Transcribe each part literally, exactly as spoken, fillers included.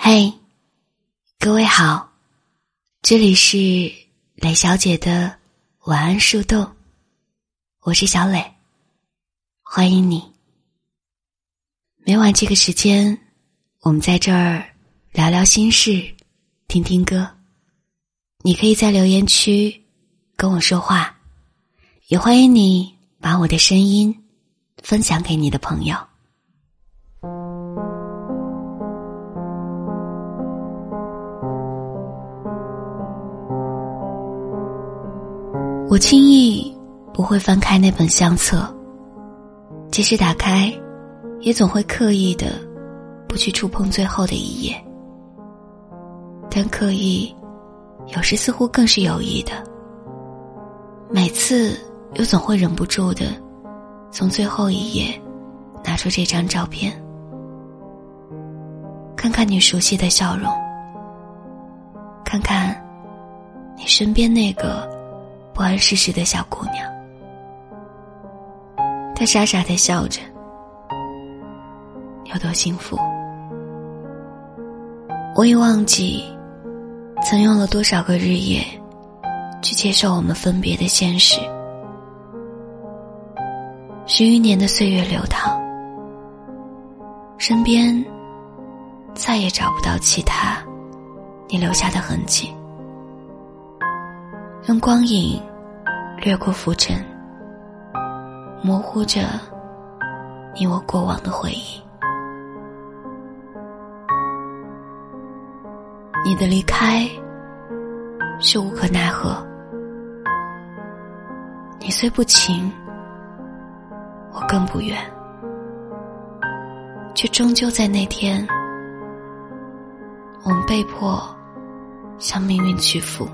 嘿，各位好，这里是磊小姐的晚安树洞，我是小磊，欢迎你。每晚这个时间，我们在这儿聊聊心事，听听歌。你可以在留言区跟我说话，也欢迎你把我的声音分享给你的朋友。我轻易不会翻开那本相册，即使打开，也总会刻意的不去触碰最后的一页。但刻意，有时似乎更是有意的。每次又总会忍不住的从最后一页拿出这张照片，看看你熟悉的笑容，看看你身边那个不谙世事的小姑娘，她傻傻地笑着，有多幸福。我已忘记曾用了多少个日夜去接受我们分别的现实。十余年的岁月流淌，身边再也找不到其他你留下的痕迹。让光影掠过浮尘，模糊着你我过往的回忆。你的离开是无可奈何，你虽不情，我更不愿，却终究在那天，我们被迫向命运屈服。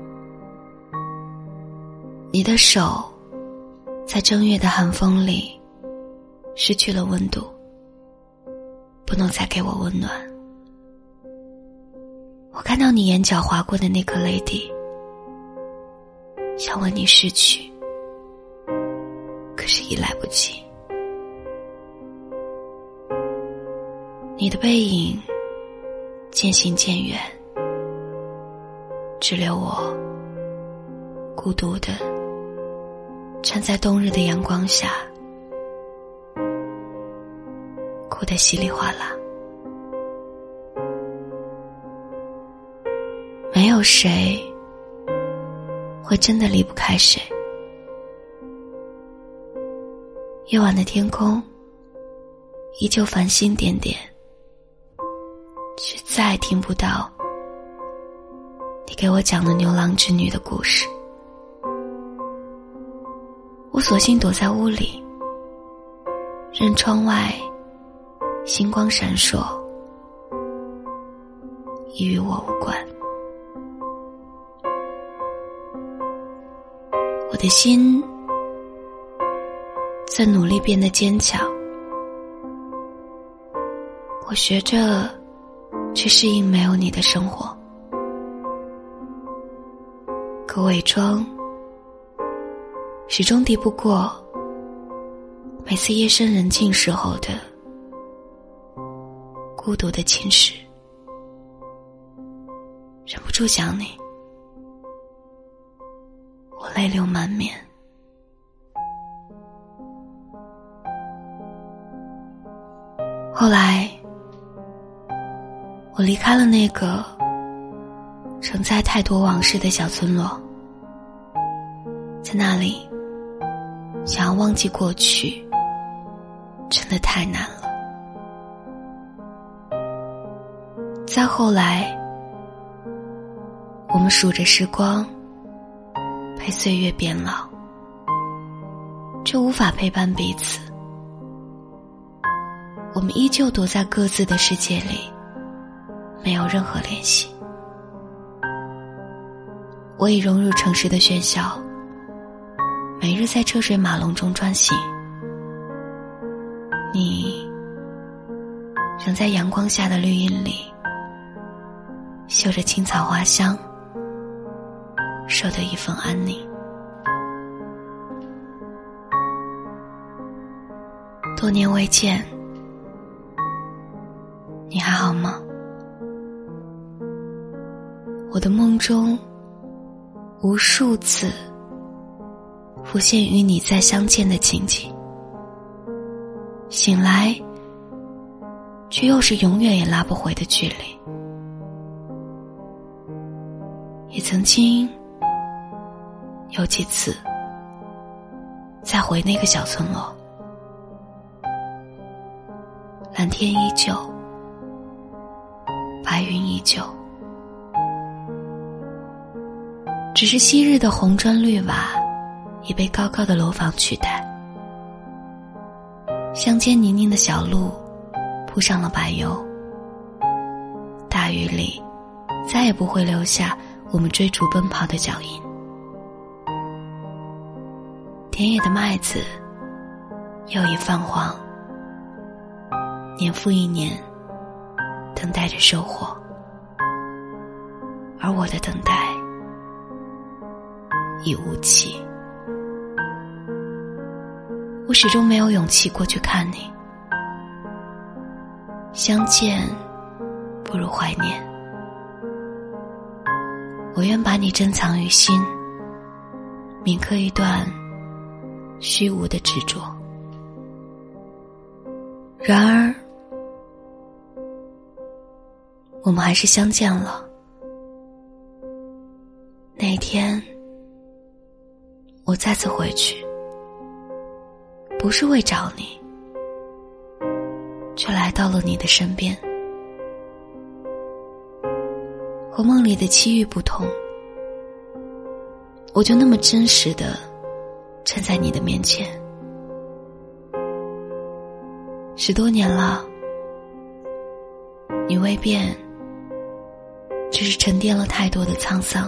你的手在正月的寒风里失去了温度，不能再给我温暖。我看到你眼角划过的那颗泪滴，想为你逝去，可是已来不及。你的背影渐行渐远，只留我孤独的站在冬日的阳光下，哭得稀里哗啦。没有谁会真的离不开谁。夜晚的天空依旧繁星点点，却再听不到你给我讲的牛郎织女的故事。我索性躲在屋里，任窗外星光闪烁，已与我无关。我的心在努力变得坚强，我学着去适应没有你的生活，可伪装始终敌不过每次夜深人静时候的孤独的侵蚀。忍不住想你，我泪流满面。后来我离开了那个承载太多往事的小村落，在那里想要忘记过去真的太难了。再后来我们数着时光陪岁月变老，却无法陪伴彼此。我们依旧躲在各自的世界里，没有任何联系。我已融入城市的喧嚣，每日在车水马龙中穿行，你仍在阳光下的绿荫里嗅着青草花香，守得一份安宁。多年未见，你还好吗？ 我的梦中无数次浮现与你再相见的情景，醒来却又是永远也拉不回的距离。也曾经有几次再回那个小村落，蓝天依旧，白云依旧，只是昔日的红砖绿瓦已被高高的楼房取代，乡间泥泞的小路铺上了柏油，大雨里再也不会留下我们追逐奔跑的脚印。田野的麦子又已泛黄，年复一年等待着收获，而我的等待已无期。我始终没有勇气过去看你，相见不如怀念，我愿把你珍藏于心，铭刻一段虚无的执着。然而我们还是相见了。那一天我再次回去，不是为找你，却来到了你的身边。和梦里的奇遇不同，我就那么真实地站在你的面前。十多年了，你未变，只是沉淀了太多的沧桑。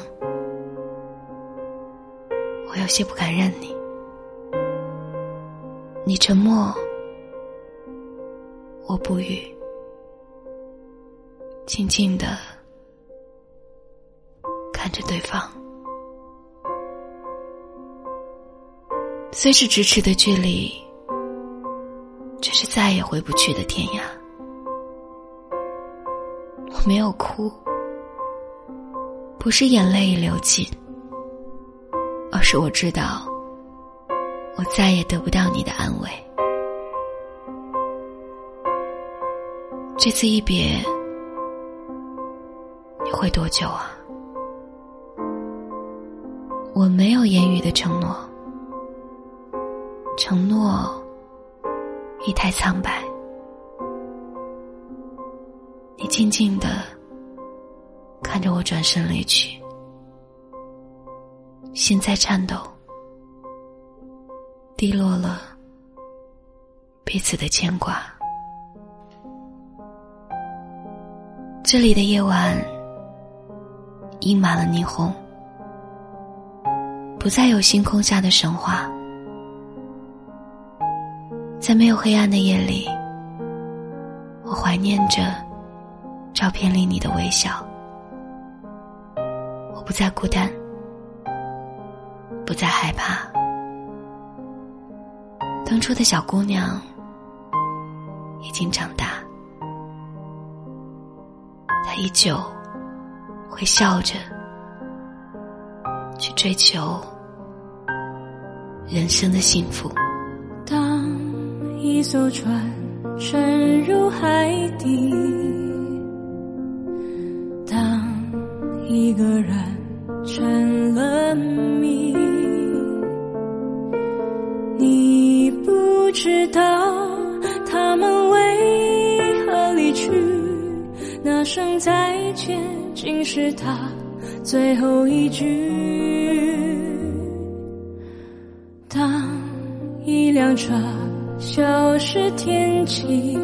我有些不敢认你，你沉默，我不语，静静地看着对方。虽是咫尺的距离，却是再也回不去的天涯。我没有哭，不是眼泪已流尽，而是我知道我再也得不到你的安慰。这次一别，你会多久啊？我没有言语的承诺，承诺一太苍白。你静静地看着我转身离去，心在颤抖，滴落了彼此的牵挂。这里的夜晚溢满了霓虹，不再有星空下的神话。在没有黑暗的夜里，我怀念着照片里你的微笑。我不再孤单，不再害怕。当初的小姑娘已经长大，她依旧会笑着去追求人生的幸福。 当一艘船沉入海底，当一个人成了谜，你不知道他们为何离去，那声再见竟是他最后一句。当一辆车消失天际，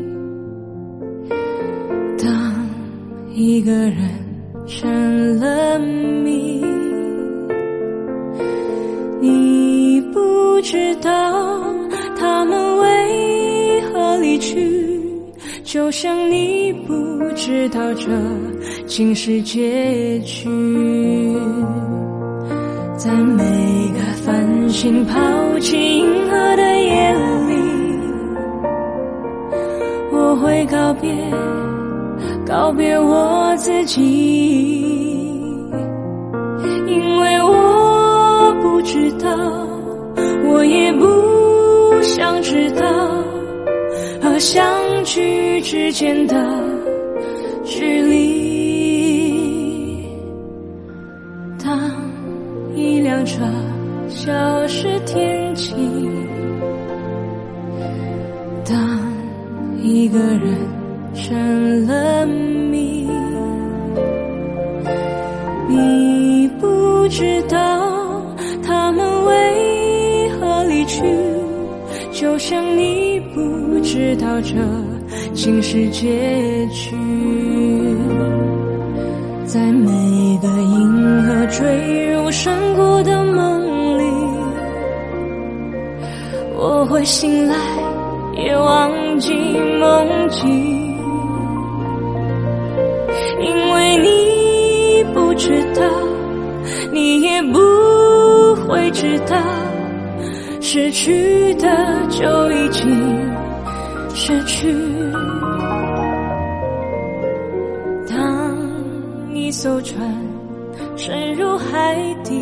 当一个人成了谜，你不知道他们为何离去，就像你不知道这竟是结局。在每个繁星抛弃银河的夜里，我会告别告别我自己。 因为我不知道，我也不想知道，和相聚之间的距离。当一辆车消失天际，当一个人成了谜，你不知道他们为何离去，就像你不知道这竟是结局。在每个银河坠入山谷的梦里，我会醒来也忘记梦境，因为你不知道，你也不会知道，失去的就已经失去。当一艘船沉入海底，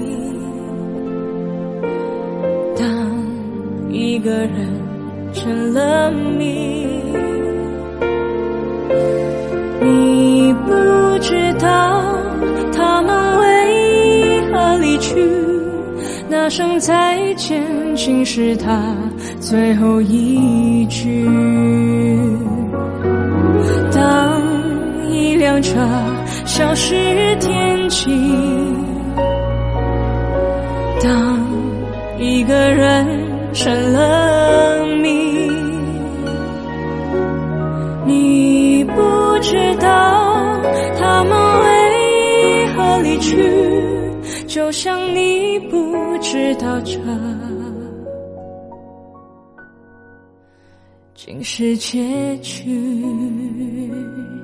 当一个人成了谜，你不知道他们为何离去，那声再见竟是他最后一句。当一辆车消失天际，当一个人成了谜，你不知道他们为何离去，就像你不知道这竟是结局。